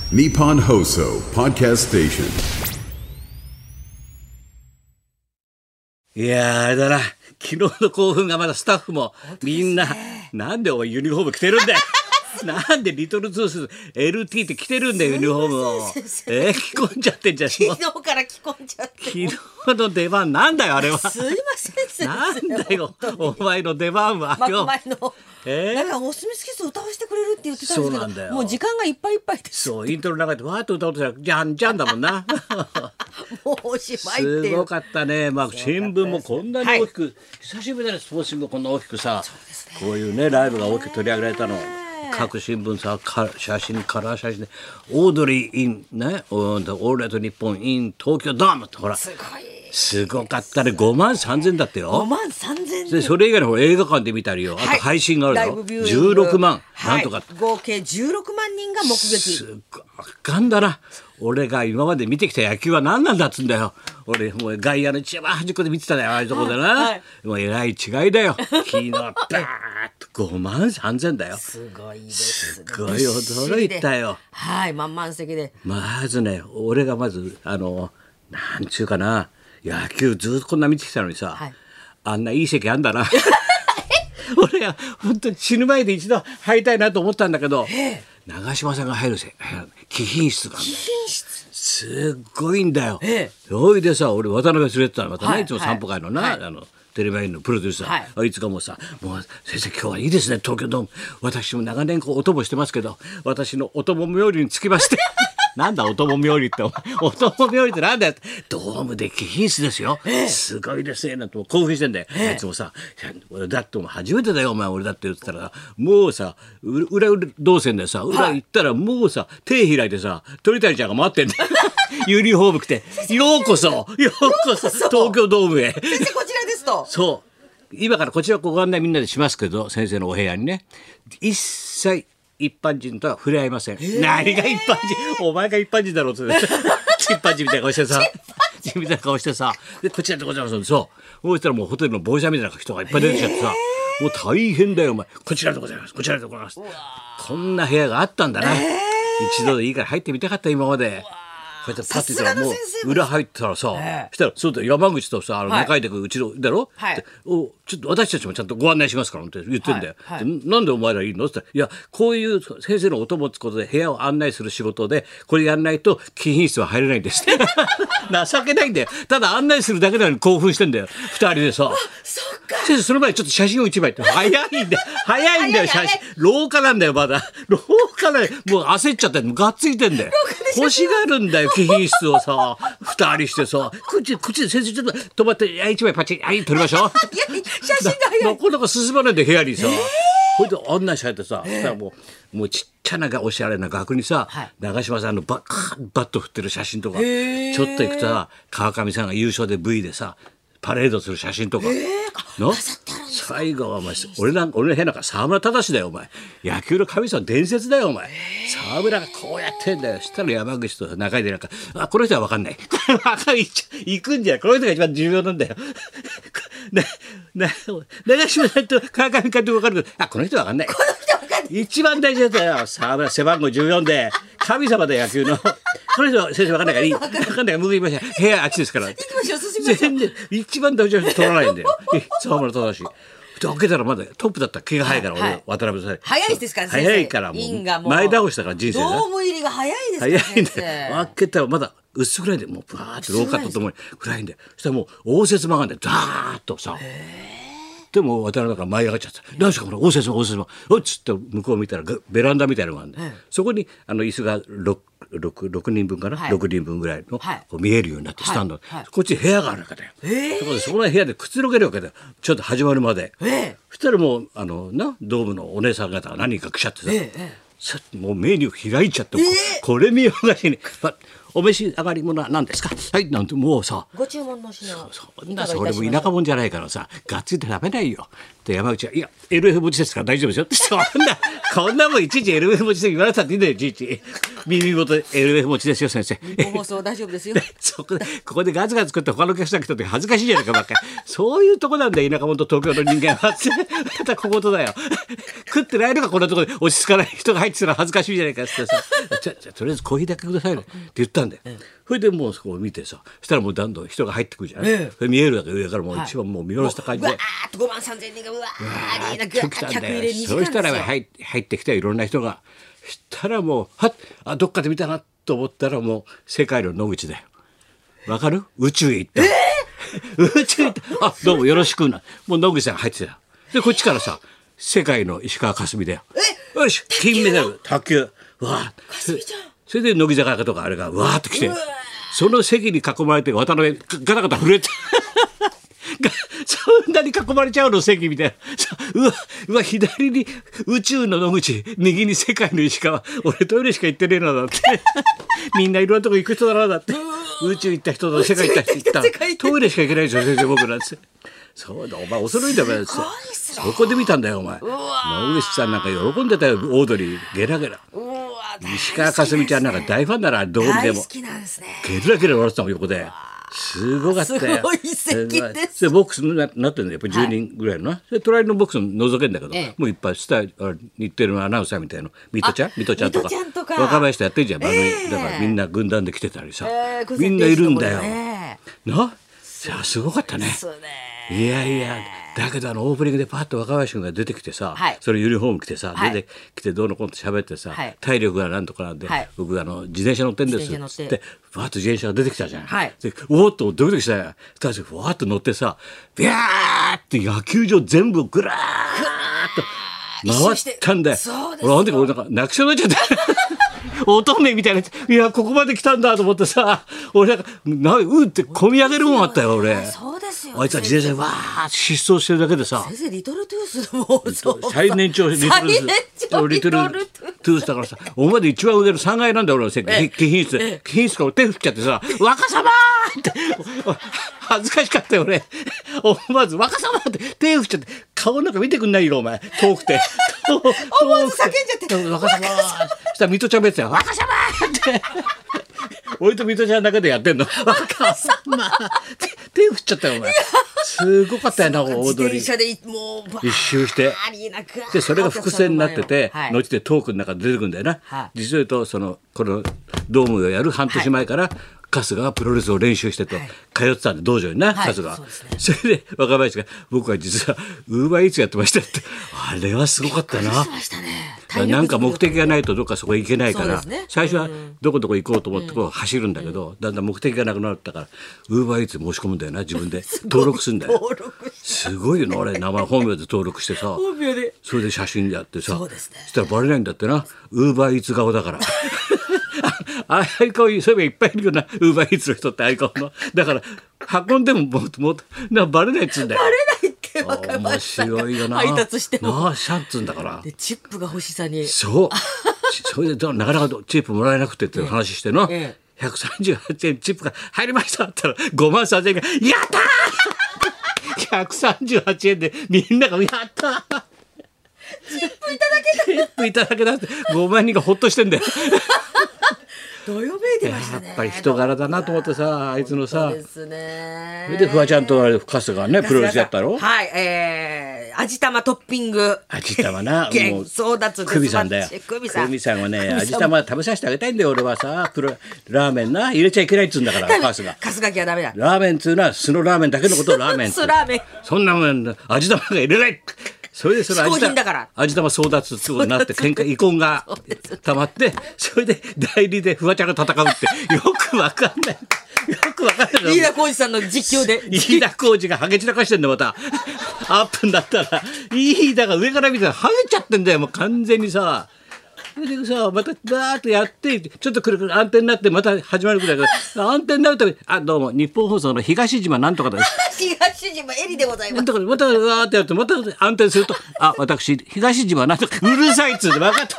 Nippon Hoso Podcast Station。 いやーあれだな、昨日の興奮がまだスタッフもみんな、なんでお前ユニフォーム着てるんだよなんでリトルトゥース LT って着てるんだよユニフォームを。着込んじゃってんじゃん。 昨日から着込んじゃって。 昨日の出番なんだよあれは。 すいません先生。 なんだよお前の出番はよ。 前のなんかお墨付きス歌わせてくれるって言ってたんですそうなんだよ。 けど、もう時間がいっぱいいっぱいです。 そうイントロ流れてわーっと歌おうとしたらじゃんじゃんだもんなもうおしまいっていう。 すごかったね。まあ新聞もこんなに大きく、久しぶりだねスポーツ新聞こんな大きくさ、こういうねライブが大きく取り上げられたの。各新聞さ写真カラー写真でオードリー・インねオールナイトニッポン in 東京ドームってほらすごかったね。53,000だってよ。 53,000 でそれ以外のほら映画館で見たりよ、あと配信があるよ、16万、なんとか合計16万人が目撃。 すごい圧巻だな。俺が今まで見てきた野球は何なんだっつんだよ。俺もう外野の一番端っこで見てたねああいうとこでな、もうえらい違いだよ。昨日バーッと53,000だよ。 すごいですね。 すごい驚いたよ。 はい、満々席で。 まずね俺がまずなんちゅうかな、野球ずっとこんな見てきたのにさ、あんないい席あんだな俺は本当に死ぬ前で一度入りたいなと思ったんだけど、長嶋さんが入る貴賓室があるんだよ。すっごいんだよ。そいでさ俺渡辺連れてたのまたね、いつも散歩会のな、テレビアイのプロデューサー、いつかもさもう先生今日はいいですね東京ドーム、私も長年こうお供してますけど私のお供冥利につきましてなんだお供冥利ってお供冥利ってなんだよ。ドームで貴賓室ですよ、すごいですねなんて興奮してんだよ、あいつもさ俺だってもう初めてだよお前俺だって言ってたらもうさ裏動線でさ裏行ったらもうさ手開いてさ鳥谷ちゃんが待ってんだよユニフォーム着てようこそ東京ドームへ先生こちらですと。 そう今からこちらご案内みんなでしますけど先生のお部屋にね一切一般人とは触れ合いません。何が一般人お前が一般人だろうって一般人みたいな顔してさみたいな顔してさでこちらでございますそうしたらもうホテルのボージャーみたいな人がいっぱい出てきちゃってさもう大変だよお前こちらでございますこちらでございますこんな部屋があったんだな、一度でいいから入ってみたかった今まで。こうやってパッて言ったらもう裏入ったらさ、したらそうだ山口とさ中井でうちのだろ、おちょっと私たちもちゃんとご案内しますからって言ってんだよ、なんでお前らいいのって言ったらいやこういう先生のお供つことで部屋を案内する仕事でこれやんないと貴賓室は入れないんです情けないんだよ。ただ案内するだけなのに興奮してんだよ二人でさ。先生その前にちょっと写真を一枚って早いんだよ写真廊下なんだよまだ廊下でもう焦っちゃってがっついてんだよ欲しがるんだよ貴賓室をさ二人してさこっちで先生ちょっと止まって一枚パチッ撮りましょう写真が早い。 なかなか進まないんで部屋にさこれで案内されてさ、もうちっちゃなおしゃれな額にさ、長嶋さんのバット振ってる写真とかちょっと行くとさ川上さんが優勝で V でさパレードする写真とか、最後はお前俺の部屋なんか沢村忠だよお前野球の神様伝説だよお前沢村がこうやってんだよ。したら山口と中井でなんかこの人は分かんない行くんじゃこの人が一番重要なんだよ長嶋さんと川上監督分かるけどこの人は分かんない一番大事だよ沢村背番号14で神様だ野球のこの人は先生分かんないから分かんないから向いてみましょう部屋あっちですから全然一番大事な人取らないんだよ沢村忠開けたらまだトップだった気が早いから俺渡辺さん早いですから先生。 早いからもう前倒したから人生ドーム入りが早いですから早いんだよ。開けたらまだ薄暗いんでもうバーッと廊下とともに暗いんでそしたらもう応接間がねダーッとさでも渡辺だから舞い上がっちゃった。何ですかこれ応接間おっつって向こう見たらベランダみたいなのがあるんで、そこに椅子が6人分かな、6人分ぐらいの、こう見えるようになってスタンド、こっち部屋があるわけだよ、そこの部屋でくつろげるわけだよちょっと始まるまで、そしたらもうドームのお姉さん方が何人か来ちゃってさ、もうメニュー開いちゃって、これ見よがしにお召し上がり物は何ですか。はいなんてもうさご注文の品をそんなそれも田舎者じゃないからさがっついて食べないよ。で山内はいや LF 持ちですから大丈夫ですよ。こんなもんいちいち LF 持ちで言われたっていいんだよいちいち。耳元で LF 持ちですよ先生。 日本放送大丈夫ですよ。 ここでガツガツ食って他のお客さん来た時恥ずかしいじゃないかばっかり。そういうとこなんだよ田舎者と東京の人間は。また小言だよ。食ってないのかこんなところで落ち着かない人が入ってたら恥ずかしいじゃないかってさ。じゃとりあえずコーヒーだけくださいねって言ったんだよ。それでもうそこを見てさそしたらもうどんどん人が入ってくるじゃない。それ見えるわけ上からもう一番もう見下ろした感じで。 わーっと5万3千人がうわーになんか客入れ2時間ですよ。 そうしたら入ってきたいろんな人が。そしたらもうはっどっかで見たなと思ったらもう世界の野口だよ。わかる？宇宙へ行った。宇宙へ行った。どうもよろしくな。もう野口さんが入ってたよ。でこっちからさ世界の石川佳純だよ。よし金メダル卓球。わーそれで乃木坂とかあれがわーっと来てその席に囲まれて渡辺ガタガタ震えてそんなに囲まれちゃうの席みたいな。うわ左に宇宙の野口右に世界の石川俺トイレしか行ってねえなだってみんないろんなとこ行く人だなだって宇宙行った人と世界行った人行ったトイレしか行けないですよ先生僕なんて。そうだお前恐ろいんだよそこで見たんだよお前。野口さんなんか喜んでたよオードリーゲラゲラ。石川佳純ちゃんなんか大ファンだなどう見ても。ゲラゲラ笑ってたもん横で。すごかったよ。 すごい席です。 でボックスになってるんだよやっぱり10人ぐらいのな。で隣のボックスに覗けんだけど、もういっぱいスター日テレのアナウンサーみたいな水戸ちゃんとか若林とやってんじゃん番組だからみんな軍団で来てたりさ、みんないるんだよ。なすごかったね。いやだけどオープニングでパッと若林君が出てきてさ、それユニフォーム着てさ、出てきてどうのこうの喋ってさ、体力がなんとかなんで、僕自転車乗ってんですっつってバッと自転車が出てきたじゃん。でおっとドキドキしたよ。2人でふわっと乗ってさビャーって野球場全部ぐらーっと回ったんだよ。俺なんか泣きそうになっちゃって乙女みたいな。いやここまで来たんだと思ってさ俺なんかって込み上げるもんあったよ俺。 そうですよ。 あいつは自転車でわーって疾走してるだけでさ先生リトルトゥースも最年長リトルトゥースだからさお前で一番上の3階なんだよ俺の席貴賓室から手振っちゃってさ若様って恥ずかしかったよ俺。思わず若様って手振っちゃって顔なんか見てくんないよお前遠くて思わず叫んじゃって若様したら水戸ちゃんもやってたよ若様って俺と水戸ちゃんだけでやってんの若様手振っちゃったよお前。すごかったよな踊り。 自転車でもう一周してでそれが伏線になってて、後でトークの中で出てくるんだよな。実を言うとこのドームをやる半年前から、春日がプロレスを練習してて、通ってたんで道場にな、春日が それで若林が僕は実はウーバーイーツやってましたってあれはすごかったな。なんか目的がないとどっかそこ行けないから、最初はどこどこ行こうと思って走るんだけど、だんだん目的がなくなったからウーバーイーツ申し込むんだよな自分で登録するんだよ。すごいよな俺名前本名で登録してさそれで写真でやってさそしたらバレないんだってなウーバーイーツ顔だからああいう顔そういえばいっぱいいるよなウーバーイーツの人ってああいう顔のだから運んでもバレないっつうんだよ。 バレないって若面林さんが白いよな配達してもなあシャンツんだからでチップが欲しさにそうそれでなかなかチップもらえなくてっていう話しての、138円チップが入りましたって言ったら5万3000円がやったー138円でみんながやったーチップいただけだって5万人がほっとしてんだよどよめいてましたね。 やっぱり人柄だなと思ってさあいつのさそうですね。 それでフワちゃんと春日がねプロレスやったろ。 はい味玉トッピング味玉なもう争奪久美さんだよ。久美さんはね味玉食べさせてあげたいんだよ俺はさラーメンな入れちゃいけないっつうんだから春日家はダメだ。 ラーメンっつうのは酢のラーメンだけのことをラーメンっつう酢ラーメンそんなもん味玉が入れないそれでその味玉争奪ってことになって遺恨がたまってそれで代理でフワちゃんが戦うってよくわかんない飯田浩司さんの実況で飯田浩司がハゲ散らかしてんだまたアップになったら飯田が上から見たらハゲちゃってんだよもう完全にさ。それでさまたバーッとやってちょっとくるくる暗転になってまた始まるくらいだから暗転になるたびどうも日本放送の東島なんとかです東島エリでございます。 またわーってやるとまた暗転すると私東島なんとかうるさいっつうの分かった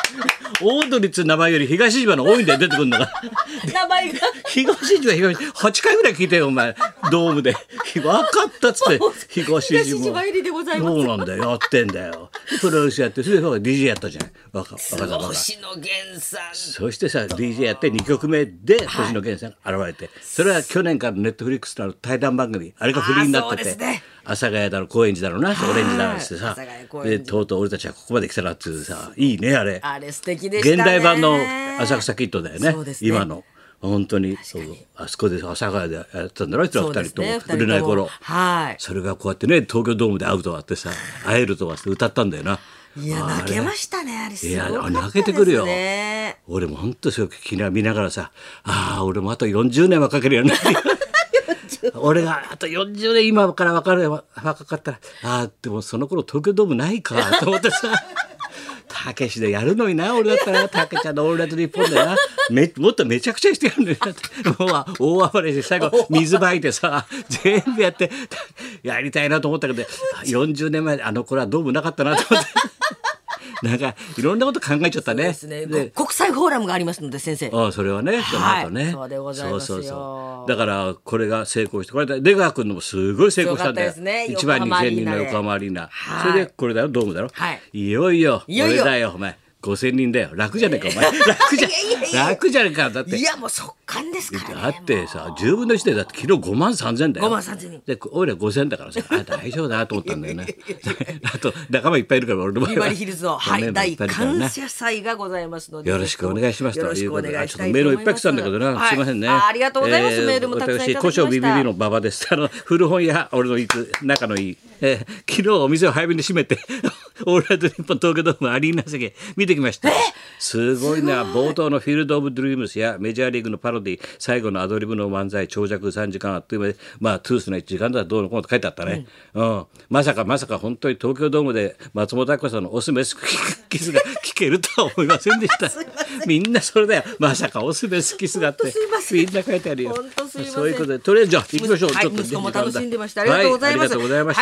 オードリーって名前より東島の多いんだよ出てくるのが。 名前が東島8回ぐらい聞いてよお前ドームで。分かったっつって東島。 東島えりでございます。 そうなんだよやってんだよ。プロレスやってそれで DJ やったじゃん。 星野源さん。 そしてさ DJ やって2曲目で星野源さんが現れて、それは去年からネットフリックスの対談番組あれがフリーになってて、阿佐ヶ谷だろ高円寺だろうなオレンジだろしてさ、でとうとう俺たちはここまで来たなっていうさいいねあれ。 あれ素敵でしたね。 現代版の浅草キッドだよね。 そうですね今の本当にそうあそこで阿佐ヶ谷でやったんだろ人は2人とも売れない頃。それがこうやってね東京ドームで会うとはってさ会えるとはって歌ったんだよな。 いや泣けましたねあれ。すごかったですね。 いや泣けてくるよ。俺も本当そう見ながらさ俺もあと40年はかけるよね。俺があと40年今から若かったらでもその頃東京ドームないかと思ってさたけしでやるのにな俺だったらたけちゃんのオールナイトニッポンでなもっとめちゃくちゃしてやるのになってもう大暴れして最後水まいてさ全部やってやりたいなと思ったけど40年前あの頃はドームなかったなと思って。なんかいろんなこと考えちゃったね。 で国際フォーラムがありますので先生。 それはねその後ね。 そうでございますよ。 だからこれが成功してこれ出川君のもすごい成功したんだよ。1万2000人の横浜アリーナ。それでこれだよドームだろ。いよいよ俺だよお前。5000人だよ楽じゃねえかお前。楽じゃねえかだって。 いやもう速乾ですからね。 だってさ10分の1でだって昨日5万3000だよ。 5万3000人で俺ら5000だからさ大丈夫だなと思ったんだよね。あと仲間いっぱいいるから俺の場合はビバリーヒルズの大感謝祭がございますのでよろしくお願いしますということでちょっとメールをいっぱい来たんだけどなすいませんね。 ありがとうございます。メールもたくさんいただきました。 私古書 BBB の馬場です。古本屋俺の行く仲のいい昨日お店を早めに閉めてオールナイトニッポン東京ドームアリーナ席見てきました。すごいな冒頭のフィールドオブドリームスやメジャーリーグのパロディ最後のアドリブの漫才長尺3時間あっという間でトゥースの1時間だどうのこうのと書いてあったね。まさか本当に東京ドームで松本明子さんのオスメスキスが聞けるとは思いませんでした。みんなそれだよまさかオスメスキスがってみんな書いてあるよ。そういうことでとりあえずじゃあ行きましょう。ちょっと息子も楽しんでました。ありがとうございます。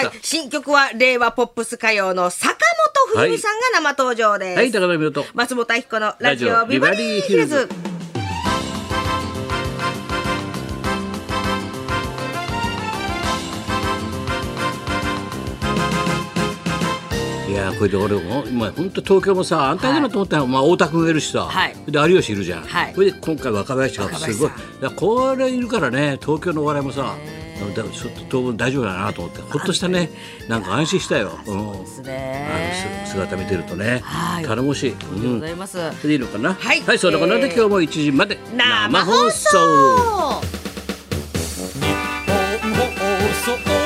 新曲は令和ポップス歌謡の坂本冬美さんが生登場です。 高田美と松本明子のラジオビバリーヒルズ。 いやこれで俺も本当東京もさ安泰だなと思ったら太田君がいるしさで有吉いるじゃん。これで今回若林がすごいこれいるからね東京のお笑いもさちょっと当分大丈夫だなと思ってほっとしたね。なんか安心したよ。姿見てるとね頼もしい。でいいのかな。はいそんなこんなで今日も1時まで生放送。 日本放送